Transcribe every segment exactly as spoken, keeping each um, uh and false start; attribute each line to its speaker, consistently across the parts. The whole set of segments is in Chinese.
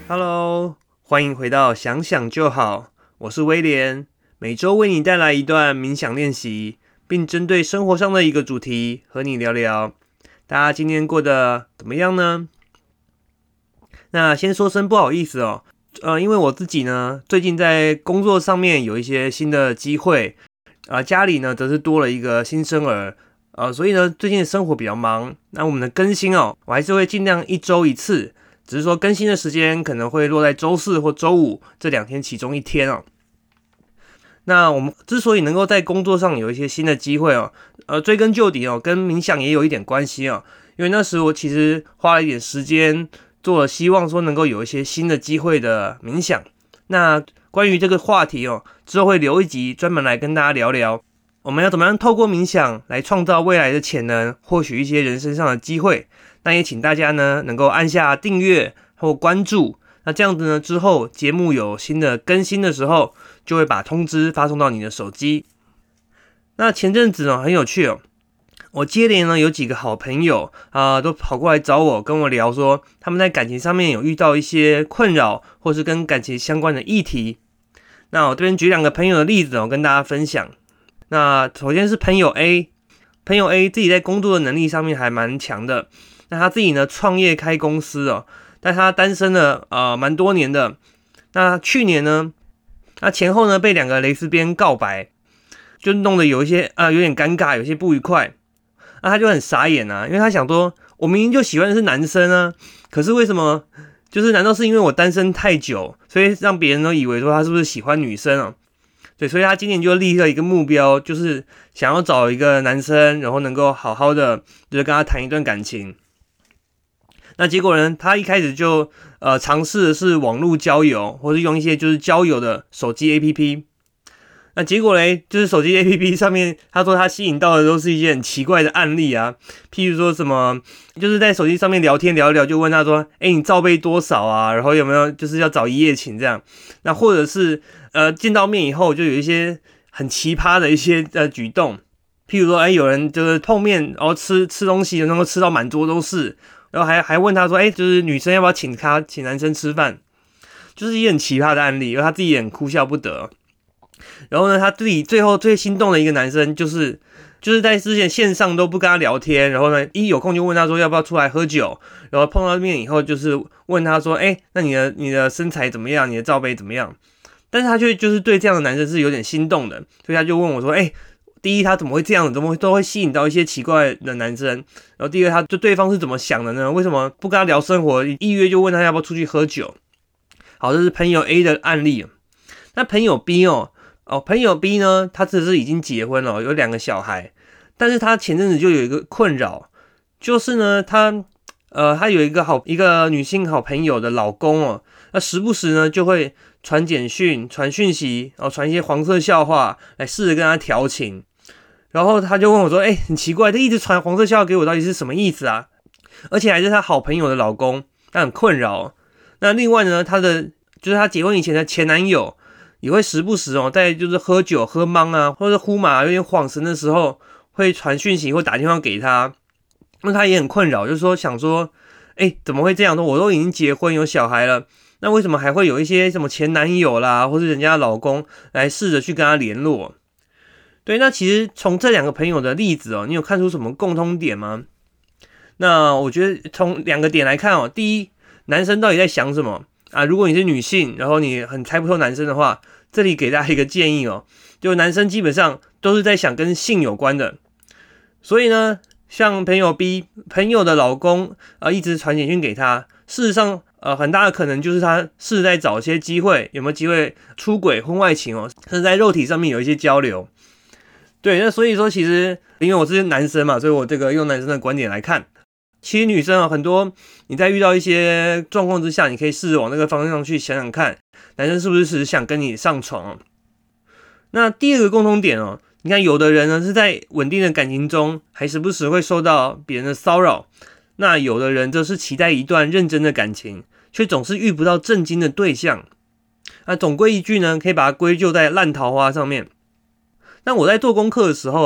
Speaker 1: Hello，欢迎回到想想就好，我是威廉，每周为你带来一段冥想练习，并针对生活上的一个主题和你聊聊。大家今天过得怎么样呢？那先说声不好意思哦，呃，因为我自己呢，最近在工作上面有一些新的机会，啊、呃，家里呢则是多了一个新生儿，呃，所以呢，最近的生活比较忙。那我们的更新哦，我还是会尽量一周一次。只是说更新的时间可能会落在周四或周五这两天其中一天哦。那我们之所以能够在工作上有一些新的机会哦，呃，追根究底哦，跟冥想也有一点关系哦。因为那时我其实花了一点时间做了，希望说能够有一些新的机会的冥想。那关于这个话题哦，之后会留一集专门来跟大家聊聊，我们要怎么样透过冥想来创造未来的潜能，获取一些人生上的机会。那也请大家呢能够按下订阅或关注，那这样子呢之后节目有新的更新的时候，就会把通知发送到你的手机。那前阵子呢很有趣哦，我接连呢有几个好朋友啊、呃、都跑过来找我，跟我聊说他们在感情上面有遇到一些困扰，或是跟感情相关的议题。那我这边举两个朋友的例子哦，跟大家分享。那首先是朋友 A， 朋友 A 自己在工作的能力上面还蛮强的。那他自己呢创业开公司哦，但他单身了呃蛮多年的。那去年呢，他前后呢被两个蕾丝边告白，就弄得有一些啊、呃、有点尴尬，有些不愉快。那他就很傻眼啊，因为他想说，我明明就喜欢的是男生啊，可是为什么就是难道是因为我单身太久，所以让别人都以为说他是不是喜欢女生啊？对，所以他今年就立了一个目标，就是想要找一个男生，然后能够好好的就是跟他谈一段感情。那结果呢？他一开始就呃尝试的是网络交友，或是用一些就是交友的手机 A P P。那结果嘞，就是手机 A P P 上面，他说他吸引到的都是一些很奇怪的案例啊，譬如说什么，就是在手机上面聊天聊一聊，就问他说，哎、欸，你罩杯多少啊？然后有没有就是要找一夜情这样？那或者是呃见到面以后，就有一些很奇葩的一些呃举动，譬如说，哎、欸，有人就是碰面，然后吃吃东西能够吃到满桌都是。然后还还问他说，哎、欸，就是女生要不要请他请男生吃饭，就是一些很奇葩的案例，因为他自己也很哭笑不得。然后呢，他自己最后最心动的一个男生，就是就是在之前线上都不跟他聊天，然后呢，一有空就问他说要不要出来喝酒，然后碰到面以后就是问他说，哎、欸，那你的你的身材怎么样？你的罩杯怎么样？但是他却就是对这样的男生是有点心动的，所以他就问我说，哎、欸。第一，他怎么会这样？怎么都会吸引到一些奇怪的男生？然后第二，他对对方是怎么想的呢？为什么不跟他聊生活，一约就问他要不要出去喝酒？好，这是朋友 A 的案例。那朋友 B 哦，哦，朋友 B 呢，他只是已经结婚了，有两个小孩，但是他前阵子就有一个困扰，就是呢，他呃，他有一个好一个女性好朋友的老公哦，那时不时呢就会传简讯、传讯息，然后传一些黄色笑话来试着跟他调情。然后他就问我说，哎、欸，很奇怪，他一直传黄色笑话给我，到底是什么意思啊？而且还是他好朋友的老公，他很困扰。那另外呢，他的就是他结婚以前的前男友，也会时不时哦，在就是喝酒喝懵啊，或者呼麻有点恍神的时候，会传讯息或打电话给他。那他也很困扰，就是说想说，哎、欸，怎么会这样？我都已经结婚有小孩了，那为什么还会有一些什么前男友啦，或是人家的老公来试着去跟他联络？对，那其实从这两个朋友的例子哦，你有看出什么共通点吗？那我觉得从两个点来看哦，第一，男生到底在想什么啊？如果你是女性，然后你很猜不透男生的话，这里给大家一个建议哦，就男生基本上都是在想跟性有关的，所以呢，像朋友 B 朋友的老公啊，一直传简讯给他，事实上呃很大的可能就是他是在找一些机会，有没有机会出轨婚外情哦，甚至在肉体上面有一些交流。对，那所以说其实因为我是男生嘛，所以我这个用男生的观点来看，其实女生啊很多，你在遇到一些状况之下，你可以试着往那个方向去想想看，男生是不是只是想跟你上床哦。那第二个共同点哦，你看有的人呢是在稳定的感情中，还时不时会受到别人的骚扰，那有的人则是期待一段认真的感情，却总是遇不到正经的对象。那总归一句呢，可以把它归咎在烂桃花上面。那我在做功课的时候啊，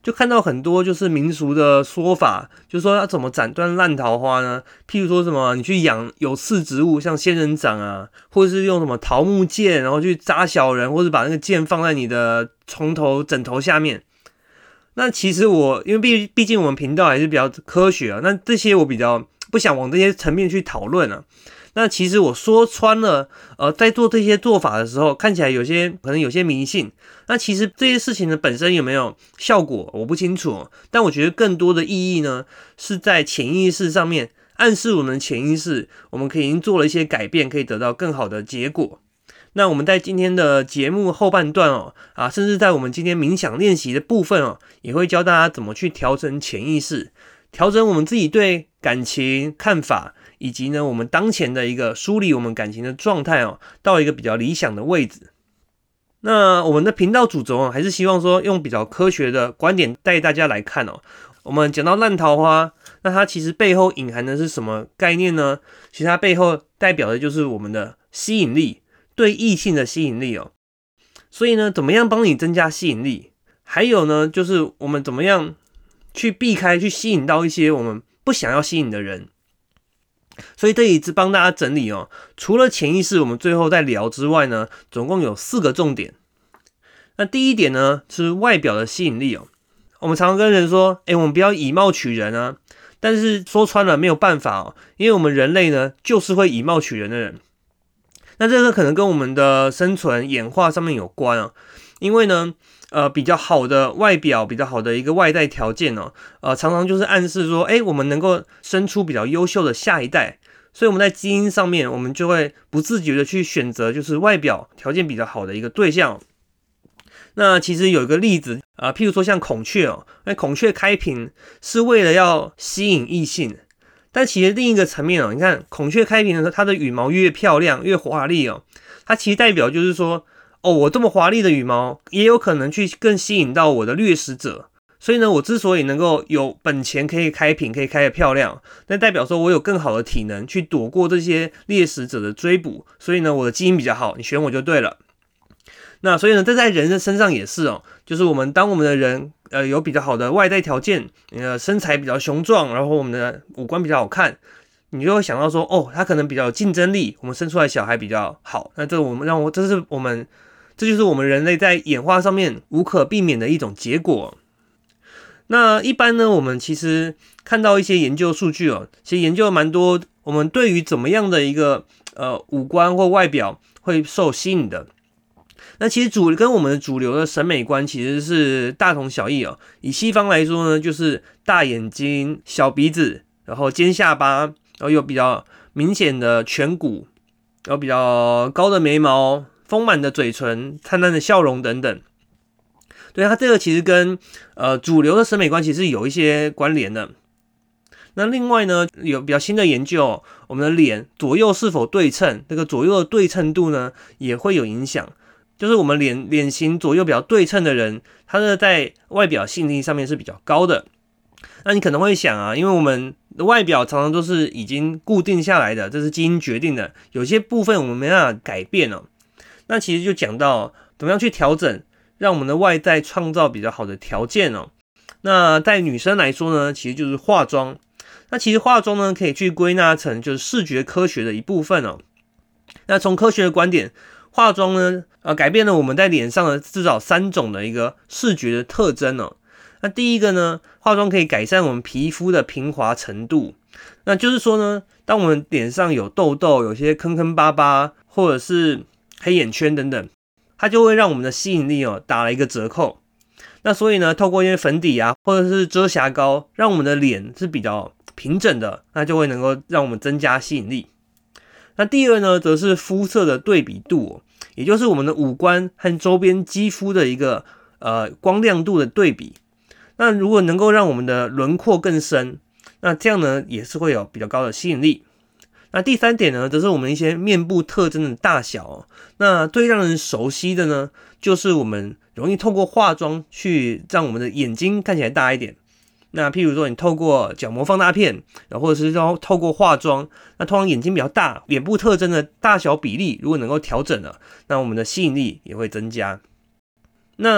Speaker 1: 就看到很多就是民俗的说法，就是说要怎么斩断烂桃花呢？譬如说什么你去养有刺植物，像仙人掌啊，或者是用什么桃木剑，然后去扎小人，或者把那个剑放在你的床头、枕头下面。那其实我因为毕毕竟我们频道还是比较科学啊，那这些我比较不想往这些层面去讨论啊。那其实我说穿了，呃，在做这些做法的时候，看起来有些可能有些迷信。那其实这些事情的本身有没有效果，我不清楚。但我觉得更多的意义呢，是在潜意识上面暗示我们的潜意识，我们可以已经做了一些改变，可以得到更好的结果。那我们在今天的节目后半段哦，啊，甚至在我们今天冥想练习的部分哦，也会教大家怎么去调整潜意识，调整我们自己对感情看法。以及呢，我们当前的一个梳理我们感情的状态哦，到一个比较理想的位置。那我们的频道主轴哦，还是希望说用比较科学的观点带大家来看哦。我们讲到烂桃花，那它其实背后隐含的是什么概念呢？其实它背后代表的就是我们的吸引力，对异性的吸引力哦。所以呢，怎么样帮你增加吸引力？还有呢，就是我们怎么样去避开，去吸引到一些我们不想要吸引的人。所以这里只帮大家整理哦，除了潜意识我们最后再聊之外呢，总共有四个重点。那第一点呢是外表的吸引力哦。我们常常跟人说，哎，我们不要以貌取人啊，但是说穿了没有办法哦，因为我们人类呢就是会以貌取人的人。那这个可能跟我们的生存演化上面有关哦，因为呢。呃，比较好的外表，比较好的一个外在条件哦，呃，常常就是暗示说，哎，我们能够生出比较优秀的下一代，所以我们在基因上面，我们就会不自觉的去选择就是外表条件比较好的一个对象。那其实有一个例子啊、呃，譬如说像孔雀哦，那孔雀开屏是为了要吸引异性，但其实另一个层面哦，你看孔雀开屏的时候，它的羽毛越漂亮越华丽哦，它其实代表就是说。哦，我这么华丽的羽毛，也有可能去更吸引到我的掠食者。所以呢，我之所以能够有本钱可以开屏，可以开得漂亮，那代表说我有更好的体能去躲过这些猎食者的追捕。所以呢，我的基因比较好，你选我就对了。那所以呢，这在人的身上也是哦，就是我们当我们的人呃有比较好的外在条件，呃身材比较雄壮，然后我们的五官比较好看。你就会想到说，哦，他可能比较有竞争力，我们生出来小孩比较好。那这我们让我这是我们。这就是我们人类在演化上面无可避免的一种结果。那一般呢，我们其实看到一些研究数据哦，其实研究蛮多，我们对于怎么样的一个呃五官或外表会受吸引的。那其实主跟我们的主流的审美观其实是大同小异哦。以西方来说呢，就是大眼睛、小鼻子，然后尖下巴，然后有比较明显的颧骨，然后比较高的眉毛。丰满的嘴唇、灿烂的笑容等等，对它这个其实跟呃主流的审美观其实有一些关联的。那另外呢，有比较新的研究，我们的脸左右是否对称，这个左右的对称度呢也会有影响。就是我们脸脸型左右比较对称的人，他的在外表吸引力上面是比较高的。那你可能会想啊，因为我们的外表常常都是已经固定下来的，这是基因决定的，有些部分我们没办法改变哦。那其实就讲到怎么样去调整，让我们的外在创造比较好的条件哦。那在女生来说呢，其实就是化妆。那其实化妆呢，可以去归纳成就是视觉科学的一部分哦。那从科学的观点，化妆呢，呃，改变了我们在脸上的至少三种的一个视觉的特征哦。那第一个呢，化妆可以改善我们皮肤的平滑程度。那就是说呢，当我们脸上有痘痘、有些坑坑巴巴，或者是黑眼圈等等，它就会让我们的吸引力哦打了一个折扣。那所以呢，透过一些粉底啊，或者是遮瑕膏，让我们的脸是比较平整的，那就会能够让我们增加吸引力。那第二呢，则是肤色的对比度哦，也就是我们的五官和周边肌肤的一个呃光亮度的对比。那如果能够让我们的轮廓更深，那这样呢也是会有比较高的吸引力。那第三点呢，则是我们一些面部特征的大小哦。那最让人熟悉的呢，就是我们容易透过化妆去让我们的眼睛看起来大一点。那譬如说，你透过角膜放大片，然后或者是透过化妆，那通常眼睛比较大，脸部特征的大小比例如果能够调整了，那我们的吸引力也会增加。那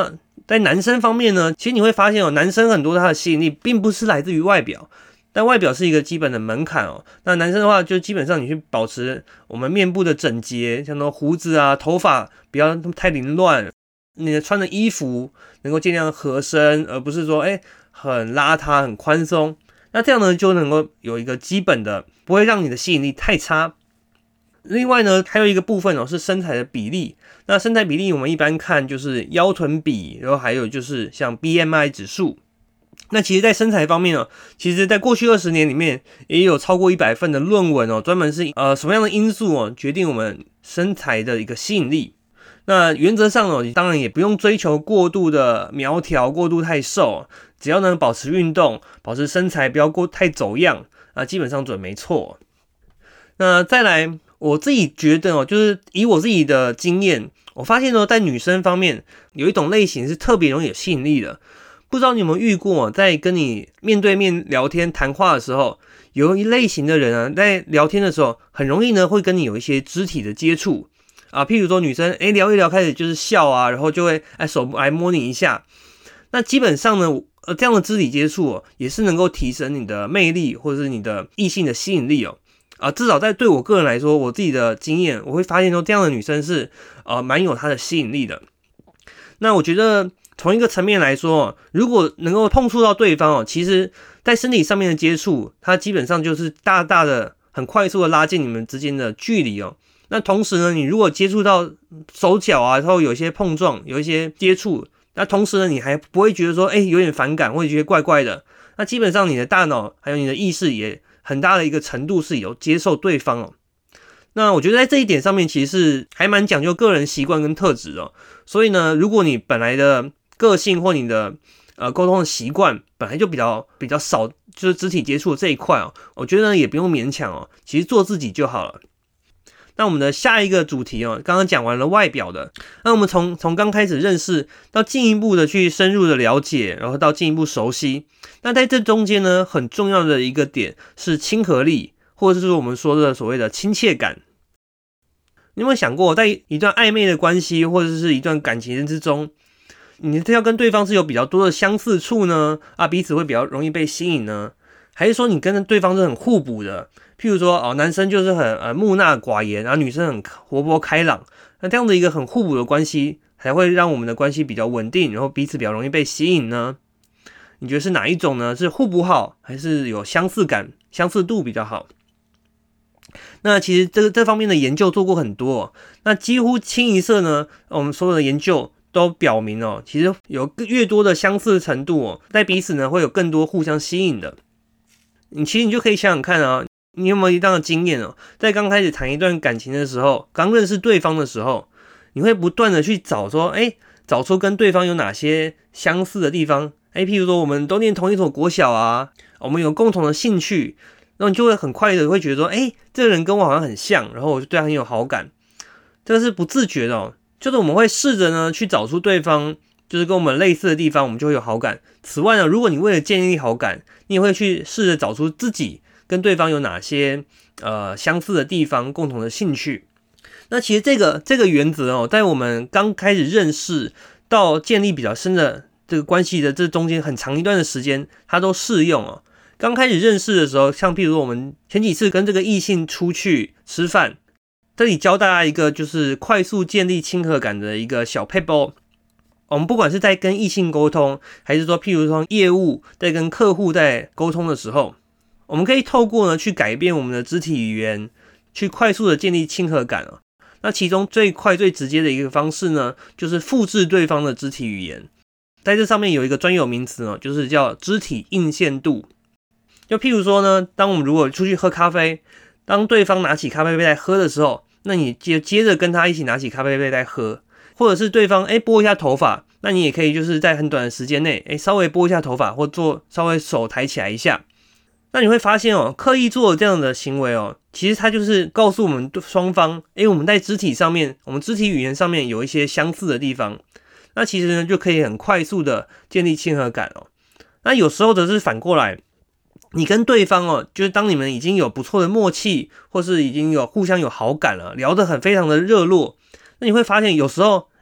Speaker 1: 在男生方面呢，其实你会发现哦，男生很多他的吸引力并不是来自于外表，但外表是一个基本的门槛哦。那男生的话，就基本上你去保持我们面部的整洁，像那胡子啊、头发不要太凌乱，你的穿的衣服能够尽量合身，而不是说哎、欸、很邋遢、很宽松。那这样呢，就能够有一个基本的，不会让你的吸引力太差。另外呢，还有一个部分哦，是身材的比例。那身材比例我们一般看就是腰臀比，然后还有就是像 B M I 指数。那其实在身材方面哦，其实在过去二十年里面也有超过一百份的论文哦，专门是呃什么样的因素哦决定我们身材的一个吸引力。那原则上哦，当然也不用追求过度的苗条、过度太瘦，只要能保持运动、保持身材不要过太走样啊，基本上准没错。那再来，我自己觉得哦，就是以我自己的经验，我发现哦，在女生方面有一种类型是特别容易有吸引力的。不知道你有没有遇过，在跟你面对面聊天谈话的时候，有一类型的人啊，在聊天的时候很容易呢会跟你有一些肢体的接触啊，譬如说女生哎聊一聊开始就是笑啊，然后就会哎手来摸你一下。那基本上呢，呃这样的肢体接触哦，也是能够提升你的魅力或者是你的异性的吸引力哦。啊，至少在对我个人来说，我自己的经验，我会发现说这样的女生是呃蛮有她的吸引力的。那我觉得从一个层面来说，如果能够碰触到对方哦，其实在身体上面的接触，它基本上就是大大的、很快速的拉近你们之间的距离哦。那同时呢，你如果接触到手脚啊，然后有一些碰撞，有一些接触，那同时呢，你还不会觉得说，哎，有点反感，或者觉得怪怪的。那基本上你的大脑还有你的意识也很大的一个程度是有接受对方哦。那我觉得在这一点上面，其实是还蛮讲究个人习惯跟特质哦。所以呢，如果你本来的个性或你的呃沟通的习惯本来就比较比较少，就是肢体接触这一块哦，我觉得呢也不用勉强哦，其实做自己就好了。那我们的下一个主题哦，刚刚讲完了外表的，那我们从从刚开始认识到进一步的去深入的了解，然后到进一步熟悉。那在这中间呢，很重要的一个点是亲和力，或者是我们说的所谓的亲切感。你有没有想过，在一段暧昧的关系或者是一段感情之中，你要跟对方是有比较多的相似处呢？啊，彼此会比较容易被吸引呢？还是说你跟对方是很互补的？譬如说，哦，男生就是很呃木讷寡言，然后女生很活泼开朗，那这样的一个很互补的关系，才会让我们的关系比较稳定，然后彼此比较容易被吸引呢？你觉得是哪一种呢？是互补好，还是有相似感、相似度比较好？那其实这个这方面的研究做过很多哦，那几乎清一色呢，我们所有的研究都表明哦，其实有越多的相似程度哦，在彼此呢会有更多互相吸引的。你其实你就可以想想看啊，你有没有一样的经验哦？在刚开始谈一段感情的时候，刚认识对方的时候，你会不断的去找说，哎，找出跟对方有哪些相似的地方。哎，譬如说我们都念同一所国小啊，我们有共同的兴趣，然后你就会很快的会觉得说，哎，这个人跟我好像很像，然后我就对他很有好感。这个是不自觉的哦，就是我们会试着呢去找出对方就是跟我们类似的地方，我们就会有好感。此外呢，如果你为了建立好感，你也会去试着找出自己跟对方有哪些呃相似的地方，共同的兴趣。那其实这个这个原则哦，在我们刚开始认识到建立比较深的这个关系的这中间很长一段的时间，它都适用哦。刚开始认识的时候，像譬如说我们前几次跟这个异性出去吃饭，这里教大家一个就是快速建立亲和感的一个小撇步。我们不管是在跟异性沟通，还是说譬如说业务在跟客户在沟通的时候，我们可以透过呢去改变我们的肢体语言，去快速的建立亲和感哦。那其中最快最直接的一个方式呢，就是复制对方的肢体语言。在这上面有一个专有名词哦，就是叫肢体映现度。就譬如说呢，当我们如果出去喝咖啡，当对方拿起咖啡杯来喝的时候，那你接接着跟他一起拿起咖啡杯来喝。或者是对方哎拨一下头发，那你也可以就是在很短的时间内哎稍微拨一下头发，或做稍微手抬起来一下。那你会发现哦，刻意做这样的行为哦，其实它就是告诉我们双方，哎我们在肢体上面，我们肢体语言上面有一些相似的地方。那其实呢就可以很快速的建立亲和感哦。那有时候则是反过来，你跟对方哦，就是当你们已经有不错的默契，或是已经有互相有好感了，聊得很非常的热络。那你会发现有时候，哎，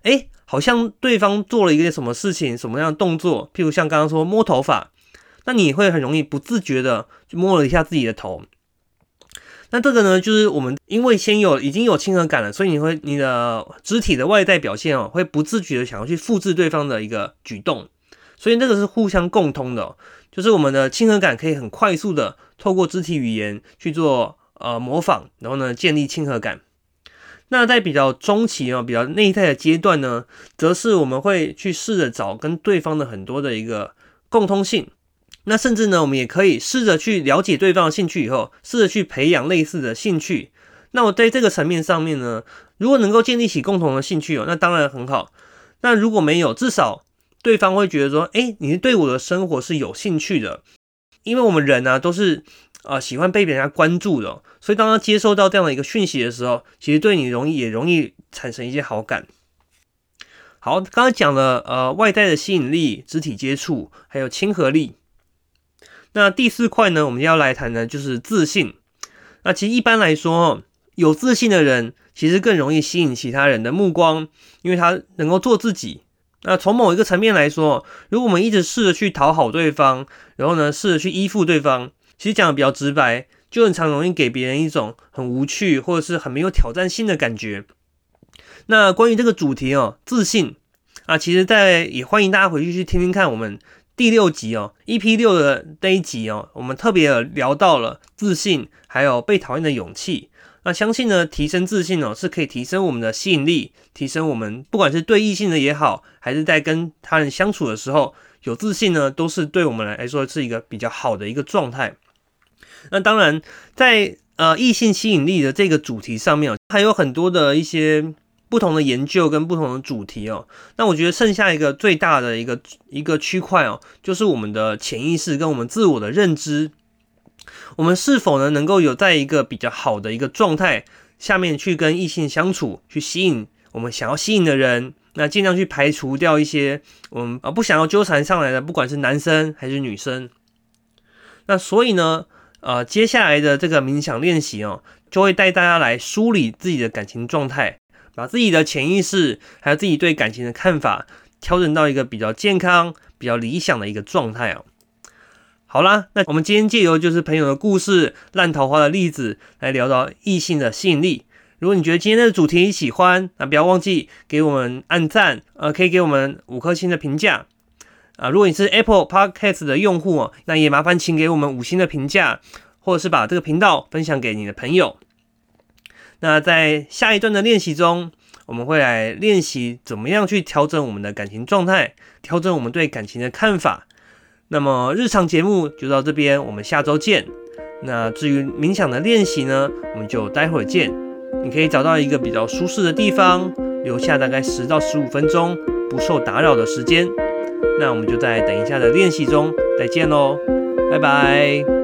Speaker 1: 好像对方做了一个什么事情，什么样的动作，譬如像刚刚说摸头发，那你会很容易不自觉的就摸了一下自己的头。那这个呢，就是我们因为先有已经有亲和感了，所以你会你的肢体的外在表现哦，会不自觉的想要去复制对方的一个举动，所以这个是互相共通的哦，就是我们的亲和感可以很快速的透过肢体语言去做呃模仿，然后呢建立亲和感。那在比较中期哦，比较内在的阶段呢，则是我们会去试着找跟对方的很多的一个共通性。那甚至呢，我们也可以试着去了解对方的兴趣以后，试着去培养类似的兴趣。那我在这个层面上面呢，如果能够建立起共同的兴趣哦，那当然很好。那如果没有，至少对方会觉得说，哎，你对我的生活是有兴趣的。因为我们人啊，都是呃喜欢被别人家关注的哦，所以当他接收到这样的一个讯息的时候，其实对你容易也容易产生一些好感。好，刚才讲了呃外在的吸引力、肢体接触，还有亲和力。那第四块呢，我们要来谈的就是自信。那其实一般来说，有自信的人其实更容易吸引其他人的目光，因为他能够做自己。那从某一个层面来说，如果我们一直试着去讨好对方，然后呢试着去依附对方，其实讲的比较直白，就很常容易给别人一种很无趣或者是很没有挑战性的感觉。那关于这个主题哦，自信啊，其实在也欢迎大家回去去听听看我们第六集哦 ，E P 六 的那一集哦，我们特别聊到了自信，还有被讨厌的勇气。那相信呢，提升自信哦，是可以提升我们的吸引力，提升我们不管是对异性的也好，还是在跟他人相处的时候，有自信呢，都是对我们来说是一个比较好的一个状态。那当然，在呃异性吸引力的这个主题上面，还有很多的一些不同的研究跟不同的主题哦，那我觉得剩下一个最大的一个一个区块哦，就是我们的潜意识跟我们自我的认知，我们是否呢能够有在一个比较好的一个状态下面去跟异性相处，去吸引我们想要吸引的人，那尽量去排除掉一些我们不想要纠缠上来的，不管是男生还是女生。那所以呢，呃，接下来的这个冥想练习哦，就会带大家来梳理自己的感情状态。把自己的潜意识还有自己对感情的看法调整到一个比较健康、比较理想的一个状态哦。好啦，那我们今天借由就是朋友的故事、烂桃花的例子来聊到异性的吸引力。如果你觉得今天的主题你喜欢，那不要忘记给我们按赞，呃，可以给我们五颗星的评价啊。如果你是 Apple Podcast 的用户哦，那也麻烦请给我们五星的评价，或者是把这个频道分享给你的朋友。那在下一段的练习中，我们会来练习怎么样去调整我们的感情状态，调整我们对感情的看法。那么日常节目就到这边，我们下周见。那至于冥想的练习呢，我们就待会儿见。你可以找到一个比较舒适的地方，留下大概十到十五分钟不受打扰的时间。那我们就在等一下的练习中再见咯，拜拜。